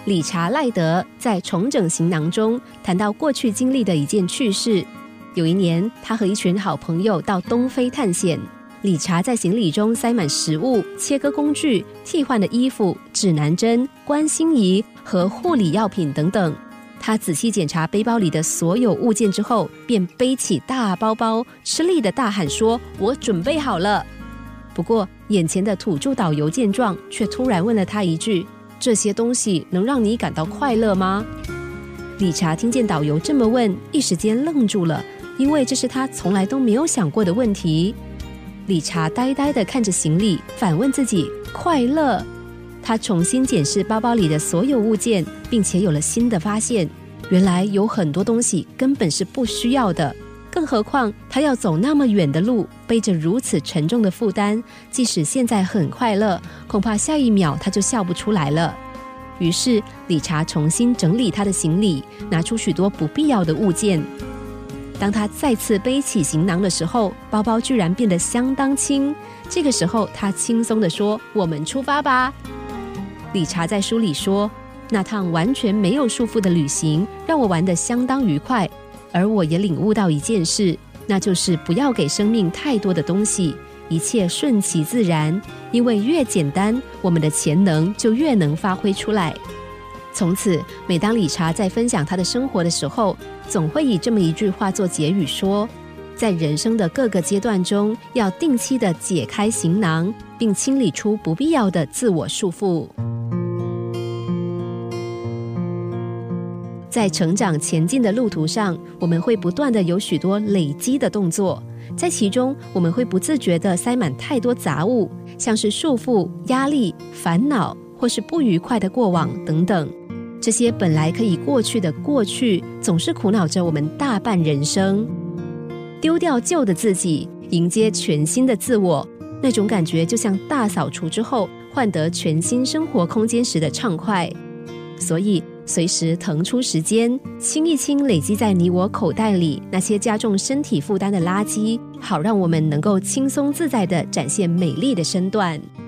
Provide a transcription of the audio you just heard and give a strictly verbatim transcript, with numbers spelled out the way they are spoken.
理查赖德在重整行囊中谈到过去经历的一件趣事。有一年，他和一群好朋友到东非探险，理查在行李中塞满食物、切割工具、替换的衣服、指南针、观星仪和护理药品等等。他仔细检查背包里的所有物件之后，便背起大包包，吃力地大喊说：我准备好了。不过眼前的土著导游见状，却突然问了他一句：这些东西能让你感到快乐吗？理查听见导游这么问，一时间愣住了，因为这是他从来都没有想过的问题。理查呆呆地看着行李，反问自己：快乐？他重新检视包包里的所有物件，并且有了新的发现，原来有很多东西根本是不需要的，更何况他要走那么远的路，背着如此沉重的负担，即使现在很快乐，恐怕下一秒他就笑不出来了。于是理查重新整理他的行李，拿出许多不必要的物件。当他再次背起行囊的时候，包包居然变得相当轻。这个时候他轻松地说：我们出发吧。理查在书里说，那趟完全没有束缚的旅行让我玩得相当愉快，而我也领悟到一件事，那就是不要给生命太多的东西，一切顺其自然，因为越简单，我们的潜能就越能发挥出来。从此，每当理查在分享他的生活的时候，总会以这么一句话做结语说，在人生的各个阶段中，要定期的解开行囊，并清理出不必要的自我束缚。在成长前进的路途上，我们会不断的有许多累积的动作，在其中我们会不自觉地塞满太多杂物，像是束缚、压力、烦恼或是不愉快的过往等等。这些本来可以过去的过去，总是苦恼着我们大半人生。丢掉旧的自己，迎接全新的自我，那种感觉就像大扫除之后换得全新生活空间时的畅快。所以随时腾出时间，清一清累积在你我口袋里那些加重身体负担的垃圾，好让我们能够轻松自在地展现美丽的身段。